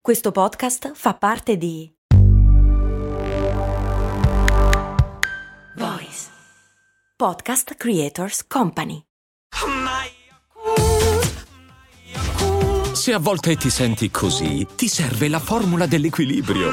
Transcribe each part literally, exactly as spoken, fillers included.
Questo podcast fa parte di Voice Podcast Creators Company. Se a volte ti senti così, ti serve la formula dell'equilibrio.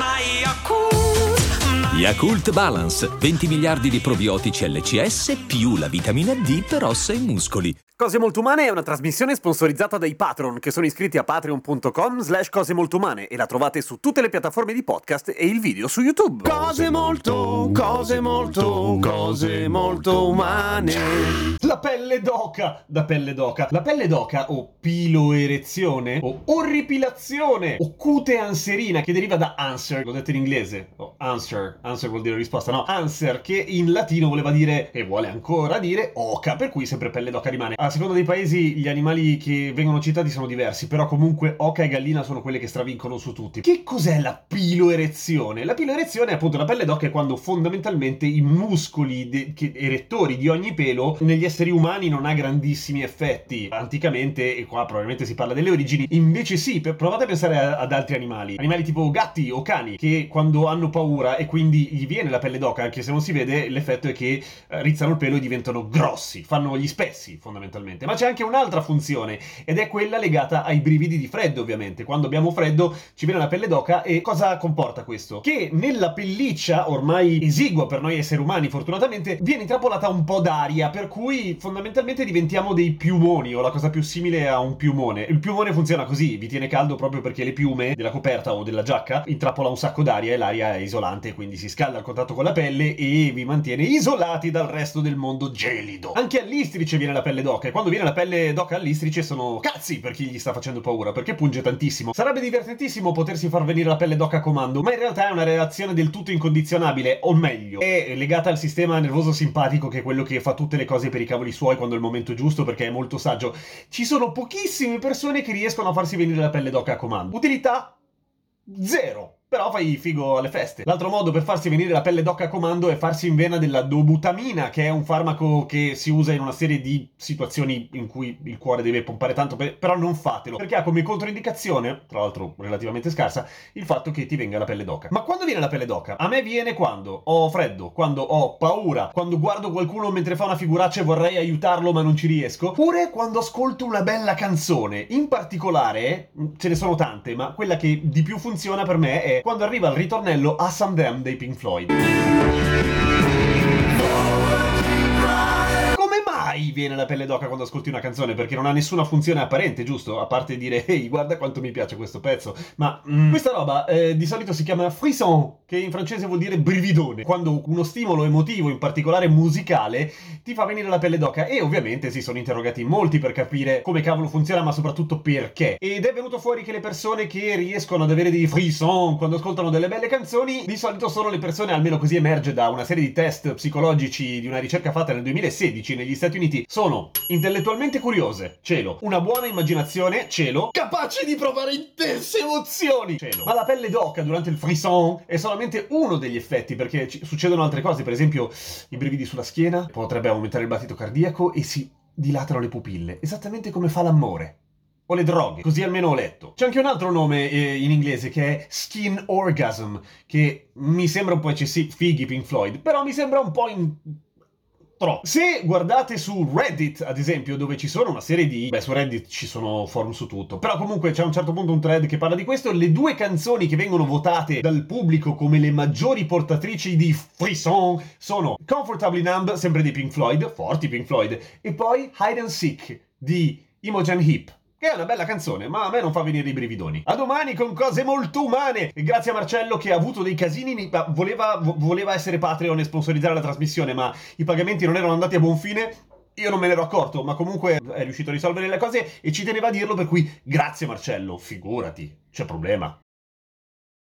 Yakult Balance, venti miliardi di probiotici L C S più la vitamina D per ossa e muscoli. Cose Molto Umane è una trasmissione sponsorizzata dai Patron, che sono iscritti a patreon.com slash cose molto umane e la trovate su tutte le piattaforme di podcast e il video su YouTube. Cose molto, cose molto, cose molto umane. La pelle d'oca, da pelle d'oca. La pelle d'oca o piloerezione o orripilazione o cute anserina, che deriva da answer, l'ho detto in inglese, o answer, answer vuol dire risposta, no, answer, che in latino voleva dire, e vuole ancora dire, oca, per cui sempre pelle d'oca rimane. A seconda dei paesi gli animali che vengono citati sono diversi, però comunque oca e gallina sono quelle che stravincono su tutti. Che cos'è la piloerezione? La piloerezione è appunto la pelle d'oca, è quando fondamentalmente i muscoli de- che- erettori di ogni pelo negli esseri umani non ha grandissimi effetti. Anticamente, e qua probabilmente si parla delle origini, invece sì, per- provate a pensare a- ad altri animali. Animali tipo gatti o cani, che quando hanno paura e quindi gli viene la pelle d'oca, anche se non si vede, l'effetto è che eh, rizzano il pelo e diventano grossi, fanno gli spessi fondamentalmente. Ma c'è anche un'altra funzione, ed è quella legata ai brividi di freddo, ovviamente. Quando abbiamo freddo ci viene la pelle d'oca, e cosa comporta questo? Che nella pelliccia, ormai esigua per noi esseri umani fortunatamente, viene intrappolata un po' d'aria, per cui fondamentalmente diventiamo dei piumoni, o la cosa più simile a un piumone. Il piumone funziona così, vi tiene caldo proprio perché le piume della coperta o della giacca intrappola un sacco d'aria e l'aria è isolante, quindi si scalda al contatto con la pelle e vi mantiene isolati dal resto del mondo gelido. Anche all'istrice viene la pelle d'oca, e quando viene la pelle d'oca all'istrice sono cazzi per chi gli sta facendo paura, perché punge tantissimo. Sarebbe divertentissimo potersi far venire la pelle d'oca a comando, ma in realtà è una reazione del tutto incondizionabile, o meglio, è legata al sistema nervoso simpatico, che è quello che fa tutte le cose per i cavoli suoi quando è il momento giusto, perché è molto saggio. Ci sono pochissime persone che riescono a farsi venire la pelle d'oca a comando. Utilità? Zero. Però fai figo alle feste. L'altro modo per farsi venire la pelle d'oca a comando è farsi in vena della dobutamina, che è un farmaco che si usa in una serie di situazioni in cui il cuore deve pompare tanto, per... però non fatelo, perché ha come controindicazione, tra l'altro relativamente scarsa, il fatto che ti venga la pelle d'oca. Ma quando viene la pelle d'oca? A me viene quando ho freddo, quando ho paura, quando guardo qualcuno mentre fa una figuraccia e vorrei aiutarlo ma non ci riesco, oppure quando ascolto una bella canzone. In particolare, ce ne sono tante, ma quella che di più funziona per me è quando arriva il ritornello a Someday dei Pink Floyd. Come mai viene la pelle d'oca quando ascolti una canzone? Perché non ha nessuna funzione apparente, giusto? A parte dire, ehi, guarda quanto mi piace questo pezzo. Ma mm, questa roba eh, di solito si chiama frisson, che in francese vuol dire brividone. Quando uno stimolo emotivo, in particolare musicale, ti fa venire la pelle d'oca. E ovviamente si sono interrogati in molti per capire come cavolo funziona, ma soprattutto perché. Ed è venuto fuori che le persone che riescono ad avere dei frisson quando ascoltano delle belle canzoni, di solito sono le persone, almeno così emerge da una serie di test psicologici di una ricerca fatta nel duemilasedici negli Stati Uniti, sono intellettualmente curiose, cielo, una buona immaginazione, cielo, capaci di provare intense emozioni, cielo. Ma la pelle d'oca durante il frisson è solamente uno degli effetti, perché ci succedono altre cose, per esempio i brividi sulla schiena, potrebbe aumentare il battito cardiaco e si dilatano le pupille, esattamente come fa l'amore. O le droghe, così almeno ho letto. C'è anche un altro nome eh, in inglese che è skin orgasm, che mi sembra un po' eccessivo, fighi Pink Floyd, però mi sembra un po' in... troppo. Se guardate su Reddit, ad esempio, dove ci sono una serie di... Beh, su Reddit ci sono forum su tutto, però comunque c'è a un certo punto un thread che parla di questo. Le due canzoni che vengono votate dal pubblico come le maggiori portatrici di frisson sono Comfortably Numb, sempre di Pink Floyd, forti Pink Floyd, e poi Hide and Seek di Imogen Heap, che è una bella canzone, ma a me non fa venire i brividoni. A domani con Cose Molto Umane! E grazie a Marcello che ha avuto dei casini, voleva, voleva essere Patreon e sponsorizzare la trasmissione, ma i pagamenti non erano andati a buon fine. Io non me ne ero accorto, ma comunque è riuscito a risolvere le cose e ci teneva a dirlo, per cui grazie Marcello, figurati, c'è problema.